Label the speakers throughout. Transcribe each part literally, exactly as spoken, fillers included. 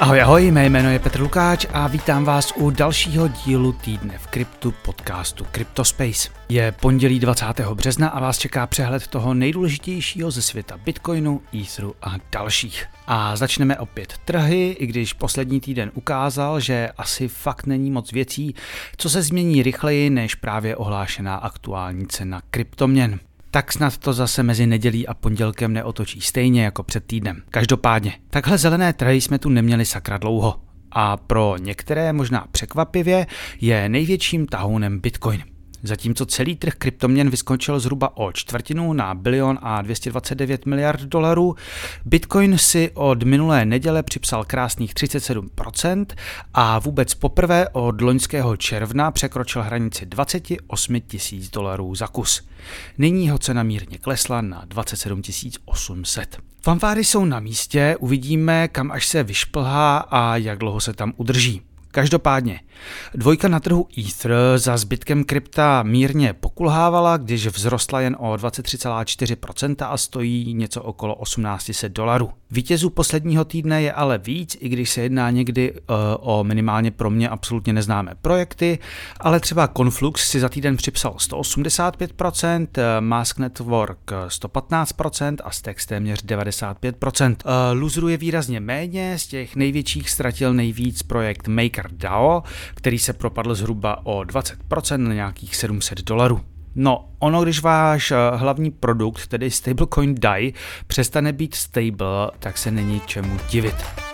Speaker 1: Ahoj, ahoj, mé jméno je Petr Lukáč a vítám vás u dalšího dílu týdne v kryptu podcastu CryptoSpace. Je pondělí dvacátého března a vás čeká přehled toho nejdůležitějšího ze světa Bitcoinu, Etheru a dalších. A začneme opět trhy, i když poslední týden ukázal, že asi fakt není moc věcí, co se změní rychleji než právě ohlášená aktuální cena kryptoměn. Tak snad to zase mezi nedělí a pondělkem neotočí stejně jako před týdnem. Každopádně, takhle zelené trhy jsme tu neměli sakra dlouho. A pro některé možná překvapivě je největším tahounem Bitcoin. Zatímco celý trh kryptoměn vyskočil zhruba o čtvrtinu na bilion a dvě stě dvacet devět miliard dolarů, Bitcoin si od minulé neděle připsal krásných třicet sedm procent a vůbec poprvé od loňského června překročil hranici dvacet osm tisíc dolarů za kus. Nyní jeho cena mírně klesla na dvacet sedm tisíc osm set. Fanfáry jsou na místě, uvidíme, kam až se vyšplhá a jak dlouho se tam udrží. Každopádně, dvojka na trhu Ether za zbytkem krypta mírně pokulhávala, když vzrostla jen o dvacet tři celá čtyři procenta a stojí něco okolo osmnáct set dolarů. Vítězů posledního týdne je ale víc, i když se jedná někdy uh, o minimálně pro mě absolutně neznámé projekty, ale třeba Conflux si za týden připsal sto osmdesát pět procent, Mask Network sto patnáct procent a Stacks téměř devadesát pět procent. Uh, loserů je výrazně méně, z těch největších ztratil nejvíc projekt MakerDAO, který se propadl zhruba o dvacet procent na nějakých sedm set dolarů. No, ono, když váš hlavní produkt, tedy stablecoin D A I, přestane být stable, tak se není čemu divit.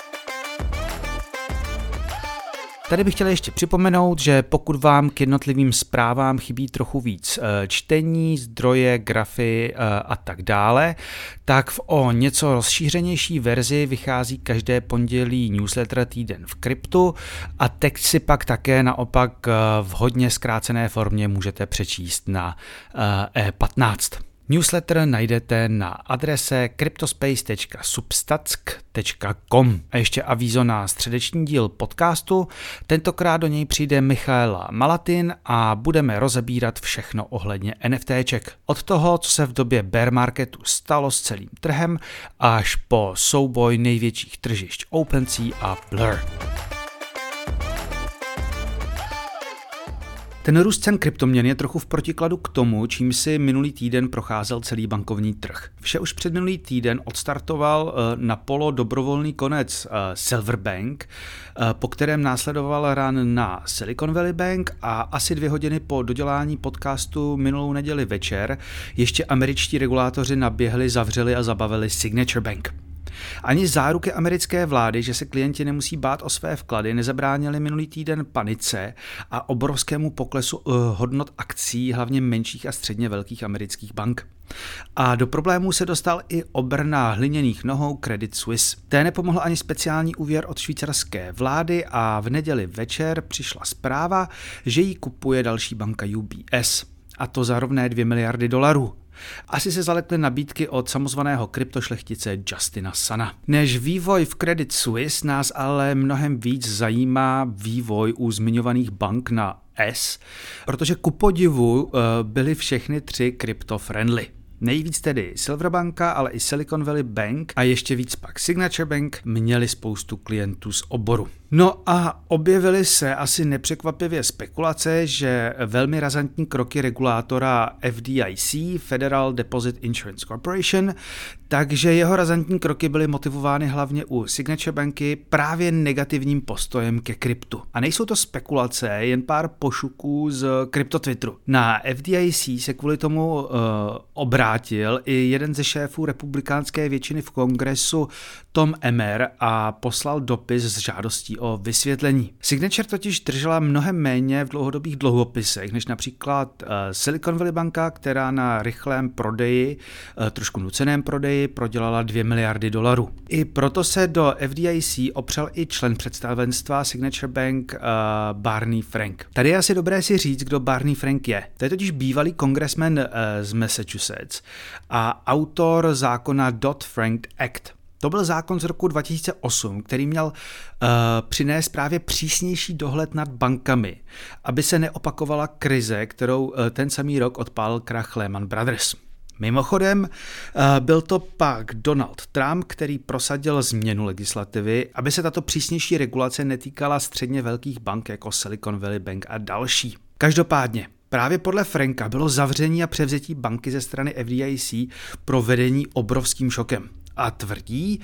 Speaker 1: Tady bych chtěl ještě připomenout, že pokud vám k jednotlivým zprávám chybí trochu víc čtení, zdroje, grafy a tak dále, tak v o něco rozšířenější verzi vychází každé pondělí newsletter Týden v kryptu a text si pak také naopak v hodně zkrácené formě můžete přečíst na E patnáct. Newsletter najdete na adrese cryptospace tečka substatsk tečka com. A ještě avízo na středeční díl podcastu. Tentokrát do něj přijde Michaela Malatin a budeme rozebírat všechno ohledně NFTček. Od toho, co se v době bear marketu stalo s celým trhem, až po souboj největších tržišť OpenSea a Blur. Ten růst cen kryptoměn je trochu v protikladu k tomu, čím si minulý týden procházel celý bankovní trh. Vše už před minulý týden odstartoval na polo dobrovolný konec Silver Bank, po kterém následoval run na Silicon Valley Bank a asi dvě hodiny po dodělání podcastu minulou neděli večer ještě američtí regulátoři naběhli, zavřeli a zabavili Signature Bank. Ani záruky americké vlády, že se klienti nemusí bát o své vklady, nezabránily minulý týden panice a obrovskému poklesu uh, hodnot akcí, hlavně menších a středně velkých amerických bank. A do problémů se dostal i obr na hliněných nohou Credit Suisse. Té nepomohl ani speciální úvěr od švýcarské vlády a v neděli večer přišla zpráva, že jí kupuje další banka U B S. A to za rovné dvě miliardy dolarů. Asi se zalekly nabídky od samozvaného kryptošlechtice Justina Sana. Než vývoj v Credit Suisse nás ale mnohem víc zajímá vývoj u zmiňovaných bank na S, protože ku podivu byly všechny tři krypto-friendly. Nejvíc tedy Silverbanka, ale i Silicon Valley Bank a ještě víc pak Signature Bank měli spoustu klientů z oboru. No a objevily se asi nepřekvapivě spekulace, že velmi razantní kroky regulátora F D I C, Federal Deposit Insurance Corporation, takže jeho razantní kroky byly motivovány hlavně u Signature Banky právě negativním postojem ke kryptu. A nejsou to spekulace, jen pár pošuků z krypto Twitteru. Na F D I C se kvůli tomu uh, obrátil i jeden ze šéfů republikánské většiny v kongresu Tom Emmer a poslal dopis s žádostí o vysvětlení. Signature totiž držela mnohem méně v dlouhodobých dluhopisech než například uh, Silicon Valley banka, která na rychlém prodeji, uh, trošku nuceném prodeji, prodělala dvě miliardy dolarů. I proto se do F D I C opřel i člen představenstva Signature Bank uh, Barney Frank. Tady je asi dobré si říct, kdo Barney Frank je. To je totiž bývalý kongresmen uh, z Massachusetts a autor zákona Dodd-Frank Act. To byl zákon z roku dva tisíce osm, který měl uh, přinést právě přísnější dohled nad bankami, aby se neopakovala krize, kterou uh, ten samý rok odpálil krach Lehman Brothers. Mimochodem, byl to pak Donald Trump, který prosadil změnu legislativy, aby se tato přísnější regulace netýkala středně velkých bank jako Silicon Valley Bank a další. Každopádně, právě podle Franka bylo zavření a převzetí banky ze strany F D I C pro vedení obrovským šokem. A tvrdí,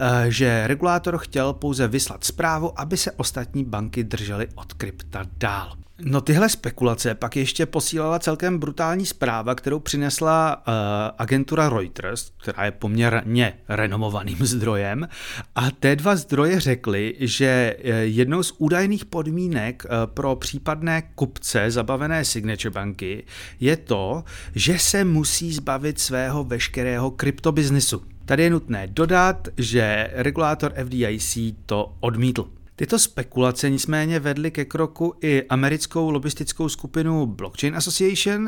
Speaker 1: že regulátor chtěl pouze vyslat zprávu, aby se ostatní banky držely od krypta dál. No tyhle spekulace pak ještě posílala celkem brutální zpráva, kterou přinesla uh, agentura Reuters, která je poměrně renomovaným zdrojem. A té dva zdroje řekly, že jednou z údajných podmínek uh, pro případné kupce zabavené Signature banky je to, že se musí zbavit svého veškerého kryptobiznisu. Tady je nutné dodat, že regulátor F D I C to odmítl. Tyto spekulace nicméně vedly ke kroku i americkou lobistickou skupinu Blockchain Association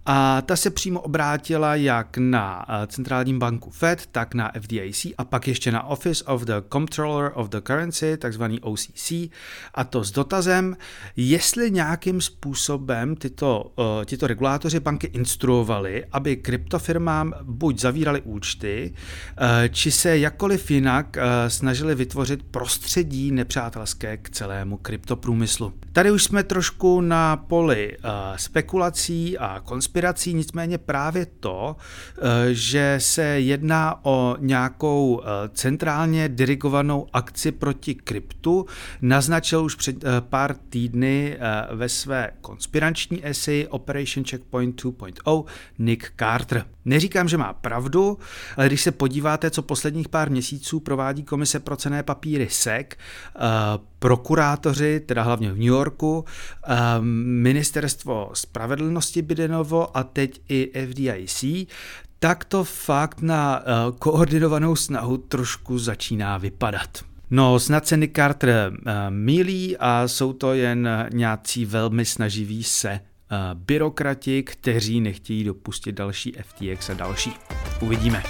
Speaker 1: a ta se přímo obrátila jak na centrální banku Fed, tak na F D I C a pak ještě na Office of the Comptroller of the Currency, takzvaný O C C, a to s dotazem, jestli nějakým způsobem tyto, uh, tyto regulátoři banky instruovali, aby kryptofirmám buď zavírali účty, uh, či se jakkoliv jinak uh, snažili vytvořit prostředí nepřátelské k celému kryptoprůmyslu. Tady už jsme trošku na poli uh, spekulací a konspirací, nicméně právě to, uh, že se jedná o nějakou uh, centrálně dirigovanou akci proti kryptu, naznačil už před uh, pár týdny uh, ve své konspirační eseji Operation Checkpoint dva tečka nula Nick Carter. Neříkám, že má pravdu, ale když se podíváte, co posledních pár měsíců provádí komise pro cenné papíry S E C, uh, prokurátoři, teda hlavně v New Yorku, uh, ministerstvo spravedlnosti Bidenovo a teď i F D I C, tak to fakt na uh, koordinovanou snahu trošku začíná vypadat. No, snad se Nick Carter uh, mýlí a jsou to jen nějací velmi snaživí se Uh, byrokrati, kteří nechtějí dopustit další F T X a další. Uvidíme.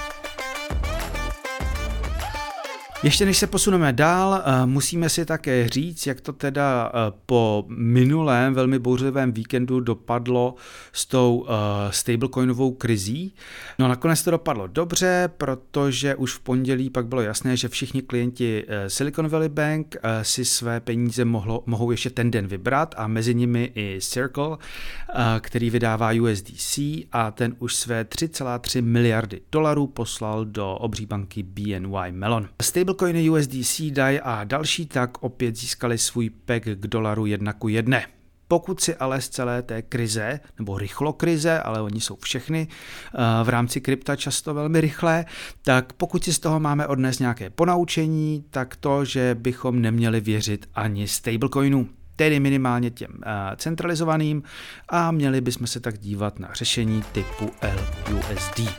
Speaker 1: Ještě než se posuneme dál, musíme si také říct, jak to teda po minulém velmi bouřlivém víkendu dopadlo s tou stablecoinovou krizí. No nakonec to dopadlo dobře, protože už v pondělí pak bylo jasné, že všichni klienti Silicon Valley Bank si své peníze mohlo, mohou ještě ten den vybrat a mezi nimi i Circle, který vydává U S D C a ten už své tři celé tři miliardy dolarů poslal do obří banky B N Y Mellon. Stablecoiny U S D C, D A I a další tak opět získali svůj peg k dolaru jedna ku jedné. Pokud si ale z celé té krize, nebo rychlokrize, ale oni jsou všechny v rámci krypta často velmi rychlé, tak pokud si z toho máme odnést nějaké ponaučení, tak to, že bychom neměli věřit ani stablecoinům, tedy minimálně těm uh, centralizovaným, a měli bychom se tak dívat na řešení typu L U S D.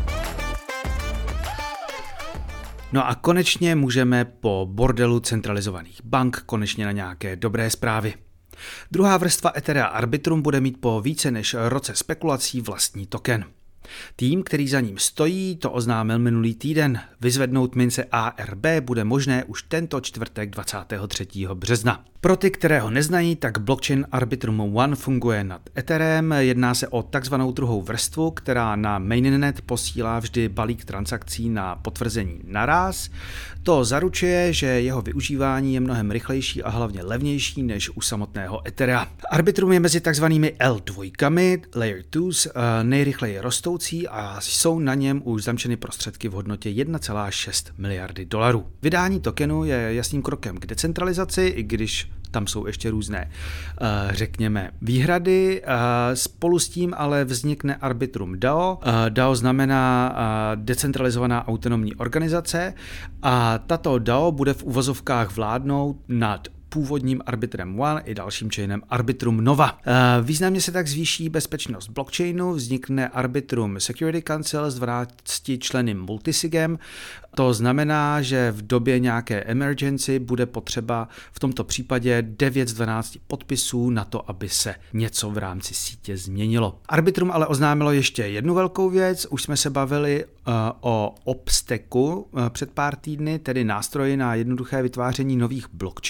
Speaker 1: No a konečně můžeme po bordelu centralizovaných bank konečně na nějaké dobré zprávy. Druhá vrstva Etherea Arbitrum bude mít po více než roce spekulací vlastní token. Tým, který za ním stojí, to oznámil minulý týden. Vyzvednout mince A R B bude možné už tento čtvrtek dvacátého třetího března. Pro ty, které ho neznají, tak blockchain Arbitrum One funguje nad Etherem. Jedná se o takzvanou druhou vrstvu, která na mainnet posílá vždy balík transakcí na potvrzení naráz. To zaručuje, že jeho využívání je mnohem rychlejší a hlavně levnější než u samotného Ethera. Arbitrum je mezi takzvanými L dva, Layer dva, nejrychleji rostoucí a jsou na něm už zamčeny prostředky v hodnotě jedna celá šest miliardy dolarů. Vydání tokenu je jasným krokem k decentralizaci, i když tam jsou ještě různé, řekněme, výhrady. Spolu s tím ale vznikne Arbitrum D A O. D A O znamená decentralizovaná autonomní organizace a tato D A O bude v uvozovkách vládnout nad původním Arbitrem One i dalším chainem Arbitrum Nova. Významně se tak zvýší bezpečnost blockchainu, vznikne Arbitrum Security Council s dvanácti členy multisigem. To znamená, že v době nějaké emergency bude potřeba v tomto případě devět z dvanácti podpisů na to, aby se něco v rámci sítě změnilo. Arbitrum ale oznámilo ještě jednu velkou věc. Už jsme se bavili uh, o Opsteku uh, před pár týdny, tedy nástroji na jednoduché vytváření nových blockchainů.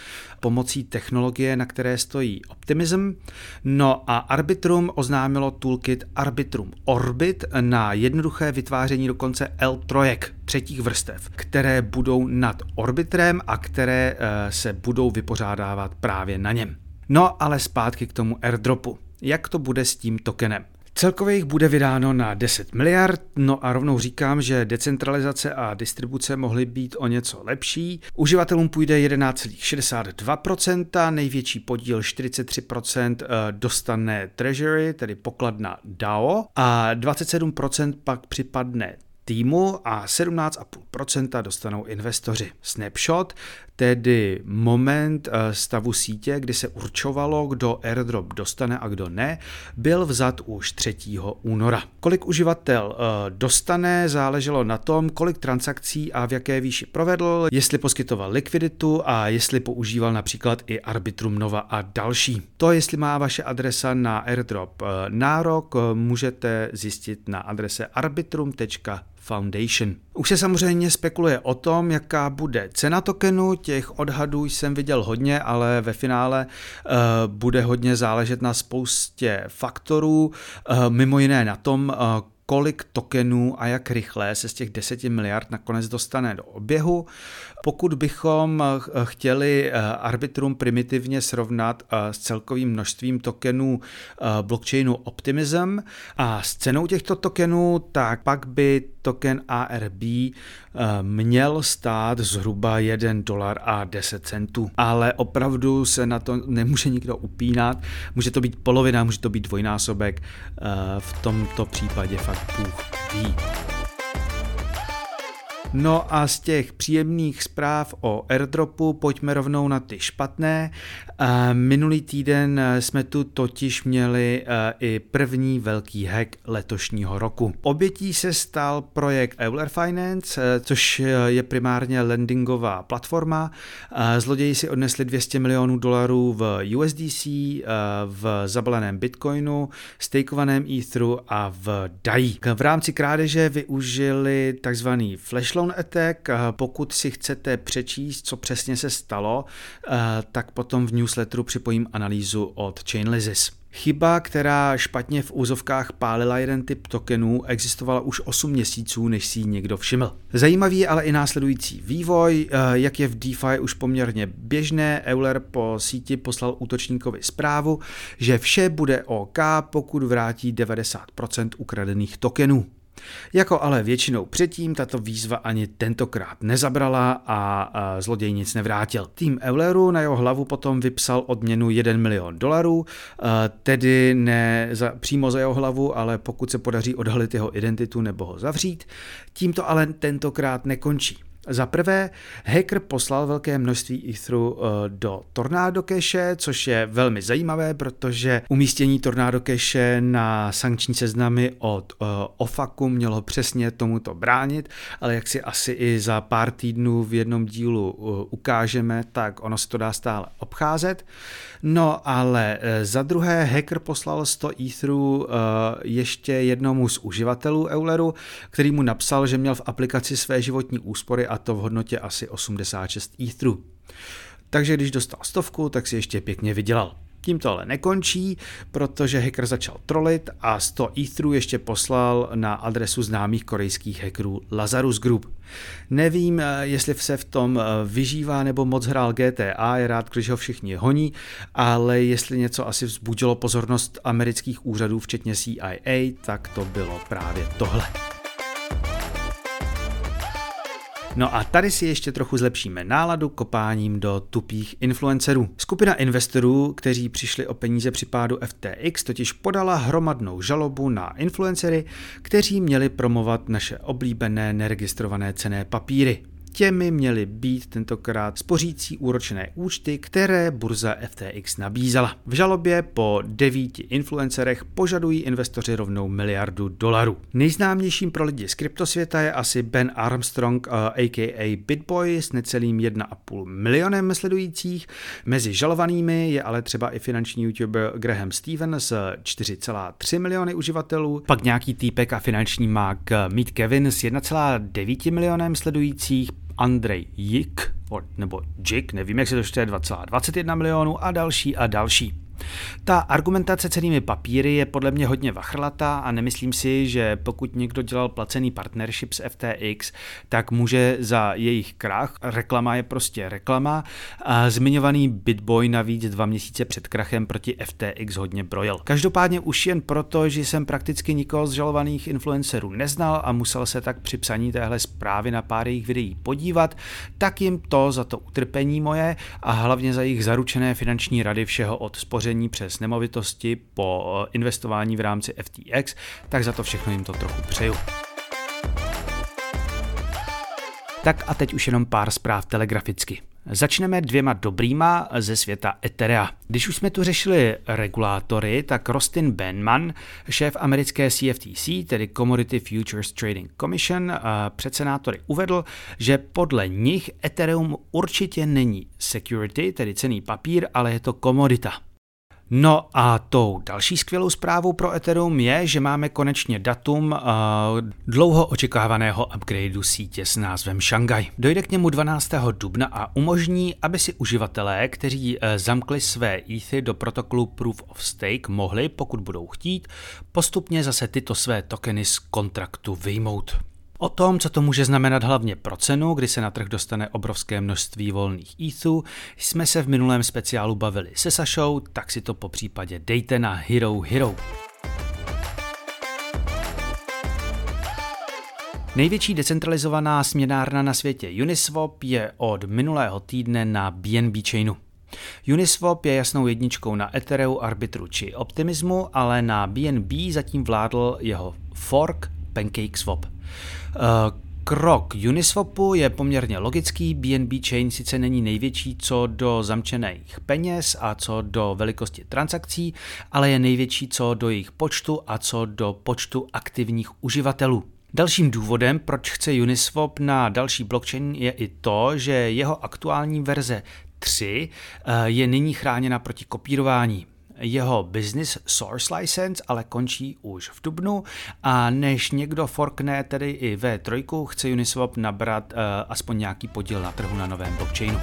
Speaker 1: pomocí technologie, na které stojí Optimism. No a Arbitrum oznámilo toolkit Arbitrum Orbit na jednoduché vytváření dokonce L tři, třetích vrstev, které budou nad orbitrem a které se budou vypořádávat právě na něm. No ale zpátky k tomu airdropu. Jak to bude s tím tokenem? Celkově jich bude vydáno na deset miliard, no a rovnou říkám, že decentralizace a distribuce mohly být o něco lepší. Uživatelům půjde jedenáct celá šedesát dva procenta, největší podíl čtyřicet tři procent dostane Treasury, tedy pokladna D A O, a dvacet sedm procent pak připadne týmu a sedmnáct celá pět procenta dostanou investoři. Snapshot, tedy moment stavu sítě, kdy se určovalo, kdo airdrop dostane a kdo ne, byl vzat už třetího února. Kolik uživatel dostane, záleželo na tom, kolik transakcí a v jaké výši provedl, jestli poskytoval likviditu a jestli používal například i Arbitrum Nova a další. To, jestli má vaše adresa na airdrop nárok, můžete zjistit na adrese arbitrum tečka foundation. Už se samozřejmě spekuluje o tom, jaká bude cena tokenu, těch odhadů jsem viděl hodně, ale ve finále uh, bude hodně záležet na spoustě faktorů, uh, mimo jiné na tom, uh, kolik tokenů a jak rychle se z těch deseti miliard nakonec dostane do oběhu. Pokud bychom chtěli Arbitrum primitivně srovnat s celkovým množstvím tokenů blockchainu Optimism a s cenou těchto tokenů, tak pak by token A R B měl stát zhruba jeden dolar a deset centů. Ale opravdu se na to nemůže nikdo upínat. Může to být polovina, může to být dvojnásobek. V tomto případě fakt Bůh ví. No a z těch příjemných zpráv o airdropu pojďme rovnou na ty špatné. Minulý týden jsme tu totiž měli i první velký hack letošního roku. Obětí se stal projekt Euler Finance, což je primárně lendingová platforma. Zloději si odnesli dvě stě milionů dolarů v U S D C, v zabaleném Bitcoinu, stakeovaném Etheru a v D A I. V rámci krádeže využili takzvaný flash loan attack. Pokud si chcete přečíst, co přesně se stalo, tak potom v newsletteru připojím analýzu od Chainalysis. Chyba, která špatně v úzovkách pálila jeden typ tokenů, existovala už osm měsíců, než si ji někdo všiml. Zajímavý je ale i následující vývoj, jak je v DeFi už poměrně běžné. Euler po síti poslal útočníkovi zprávu, že vše bude OK, pokud vrátí devadesát procent ukradených tokenů. Jako ale většinou předtím tato výzva ani tentokrát nezabrala a, a zloděj nic nevrátil. Tým Euleru na jeho hlavu potom vypsal odměnu jeden milion dolarů, tedy ne za, přímo za jeho hlavu, ale pokud se podaří odhalit jeho identitu nebo ho zavřít. Tím to ale tentokrát nekončí. Za prvé, hacker poslal velké množství Etheru do Tornado Cache, což je velmi zajímavé, protože umístění Tornado Cache na sankční seznamy od O F A Cu mělo přesně tomuto bránit, ale jak si asi i za pár týdnů v jednom dílu ukážeme, tak ono se to dá stále obcházet. No ale za druhé, hacker poslal sto Etherů ještě jednomu z uživatelů Euleru, který mu napsal, že měl v aplikaci své životní úspory a to v hodnotě asi osmdesát šest Etherů. Takže když dostal stovku, tak si ještě pěkně vydělal. Tím to ale nekončí, protože hacker začal trolit a sto Etherů ještě poslal na adresu známých korejských hackerů Lazarus Group. Nevím, jestli se v tom vyžívá nebo moc hrál G T A, je rád, když ho všichni honí, ale jestli něco asi vzbudilo pozornost amerických úřadů, včetně C I A, tak to bylo právě tohle. No a tady si ještě trochu zlepšíme náladu kopáním do tupých influencerů. Skupina investorů, kteří přišli o peníze při pádu F T X, totiž podala hromadnou žalobu na influencery, kteří měli promovat naše oblíbené neregistrované cenné papíry. Těmi měly být tentokrát spořící úročené účty, které burza F T X nabízela. V žalobě po devíti influencerech požadují investoři rovnou miliardu dolarů. Nejznámějším pro lidi z kryptosvěta je asi Ben Armstrong, a k a. BitBoy, s necelým jedna a půl milionem sledujících. Mezi žalovanými je ale třeba i finanční youtuber Graham Stephan s čtyři celá tři miliony uživatelů, pak nějaký týpek a finanční mák Meet Kevin s jedna celá devět milionem sledujících, Andrej Jik, nebo Jik, nevím, jak se to čte, dva celá dvacet jedna milionů a další a další. Ta argumentace cenými papíry je podle mě hodně vachrlatá a nemyslím si, že pokud někdo dělal placený partnership s F T X, tak může za jejich krach, reklama je prostě reklama, a zmiňovaný Bitboy navíc dva měsíce před krachem proti F T X hodně brojil. Každopádně už jen proto, že jsem prakticky nikoho z žalovaných influencerů neznal a musel se tak při psaní téhle zprávy na pár jejich videí podívat, tak jim to za to utrpení moje a hlavně za jejich zaručené finanční rady všeho od spoření přes nemovitosti po investování v rámci F T X, tak za to všechno jim to trochu přeju. Tak a teď už jenom pár zpráv telegraficky. Začneme dvěma dobrýma ze světa Etherea. Když už jsme tu řešili regulátory, tak Rustin Bainman, šéf americké C F T C, tedy Commodity Futures Trading Commission, před senátory uvedl, že podle nich Ethereum určitě není security, tedy cenný papír, ale je to komodita. No a tou další skvělou zprávou pro Ethereum je, že máme konečně datum uh, dlouho očekávaného upgradeu sítě s názvem Shanghai. Dojde k němu dvanáctého dubna a umožní, aby si uživatelé, kteří uh, zamkli své ethy do protokolu Proof of Stake, mohli, pokud budou chtít, postupně zase tyto své tokeny z kontraktu vyjmout. O tom, co to může znamenat hlavně pro cenu, kdy se na trh dostane obrovské množství volných ethů, jsme se v minulém speciálu bavili se Sašou, tak si to po případě dejte na Hero Hero. Největší decentralizovaná směnárna na světě Uniswap je od minulého týdne na B N B Chainu. Uniswap je jasnou jedničkou na Ethereu, Arbitru či Optimismu, ale na B N B zatím vládl jeho fork PancakeSwap. Krok Uniswapu je poměrně logický, B N B Chain sice není největší co do zamčených peněz a co do velikosti transakcí, ale je největší co do jejich počtu a co do počtu aktivních uživatelů. Dalším důvodem, proč chce Uniswap na další blockchain, je i to, že jeho aktuální verze tři je nyní chráněna proti kopírování. Jeho business source license ale končí už v dubnu a než někdo forkne tedy i V tři, chce Uniswap nabrat uh, aspoň nějaký podíl na trhu na novém blockchainu.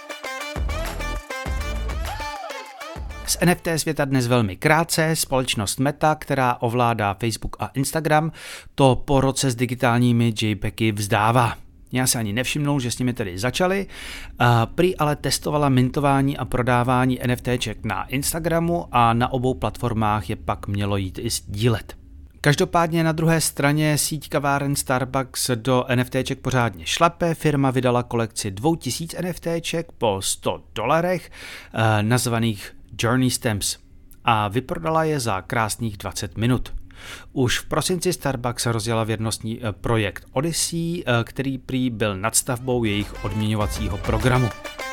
Speaker 1: Z N F T světa dnes velmi krátce. Společnost Meta, která ovládá Facebook a Instagram, to po roce s digitálními JPEGy vzdává. Já se ani nevšimnul, že s nimi tedy začali. Prý ale testovala mintování a prodávání NFTček na Instagramu a na obou platformách je pak mělo jít i sdílet. Každopádně na druhé straně síť kaváren Starbucks do NFTček pořádně šlape. Firma vydala kolekci dvou tisíc NFTček po sto dolarech, nazvaných Journey Stamps, a vyprodala je za krásných dvacet minut. Už v prosinci Starbucks rozjela věrnostní projekt Odyssey, který prý byl nadstavbou jejich odměňovacího programu.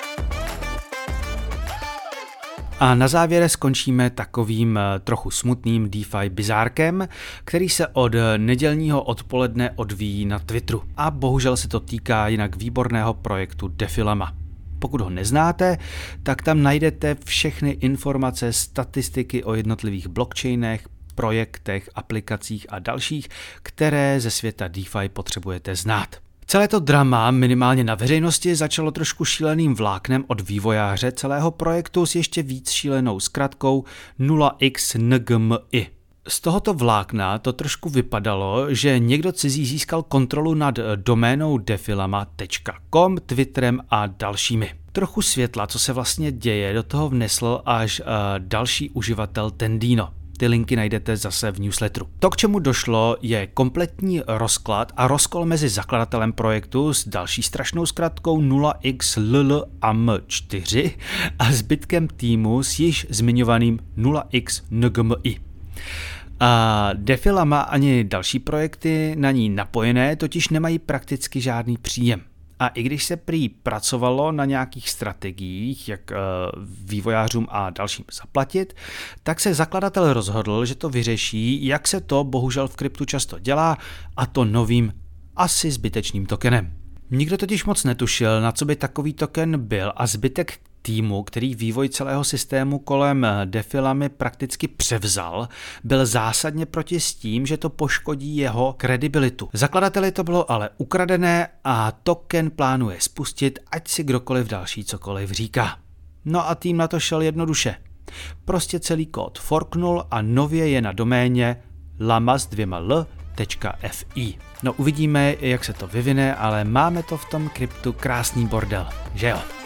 Speaker 1: A na závěr skončíme takovým trochu smutným DeFi bizárkem, který se od nedělního odpoledne odvíjí na Twitteru. A bohužel se to týká jinak výborného projektu Defilama. Pokud ho neznáte, tak tam najdete všechny informace, statistiky o jednotlivých blockchainech, projektech, aplikacích a dalších, které ze světa DeFi potřebujete znát. Celé to drama minimálně na veřejnosti začalo trošku šíleným vláknem od vývojáře celého projektu s ještě víc šílenou zkratkou nula x N G M I. Z tohoto vlákna to trošku vypadalo, že někdo cizí získal kontrolu nad doménou defilama tečka com, Twitterem a dalšími. Trochu světla, co se vlastně děje, do toho vnesl až uh, další uživatel Tendino. Ty linky najdete zase v newsletteru. To, k čemu došlo, je kompletní rozklad a rozkol mezi zakladatelem projektu s další strašnou zkratkou nula x L L A M čtyři a zbytkem týmu s již zmiňovaným nula x N G M I. A Defilama ani další projekty na ní napojené totiž nemají prakticky žádný příjem. A i když se prý pracovalo na nějakých strategiích, jak vývojářům a dalším zaplatit, tak se zakladatel rozhodl, že to vyřeší, jak se to bohužel v kryptu často dělá, a to novým, asi zbytečným tokenem. Nikdo totiž moc netušil, na co by takový token byl, a zbytek týmu, který vývoj celého systému kolem Defilamy prakticky převzal, byl zásadně proti s tím, že to poškodí jeho kredibilitu. Zakladateli to bylo ale ukradené a token plánuje spustit, ať si kdokoliv další cokoliv říká. No a tým na to šel jednoduše. Prostě celý kód forknul a nově je na doméně llama s dvěma l tečka fi. No uvidíme, jak se to vyvine, ale máme to v tom kryptu krásný bordel, že jo?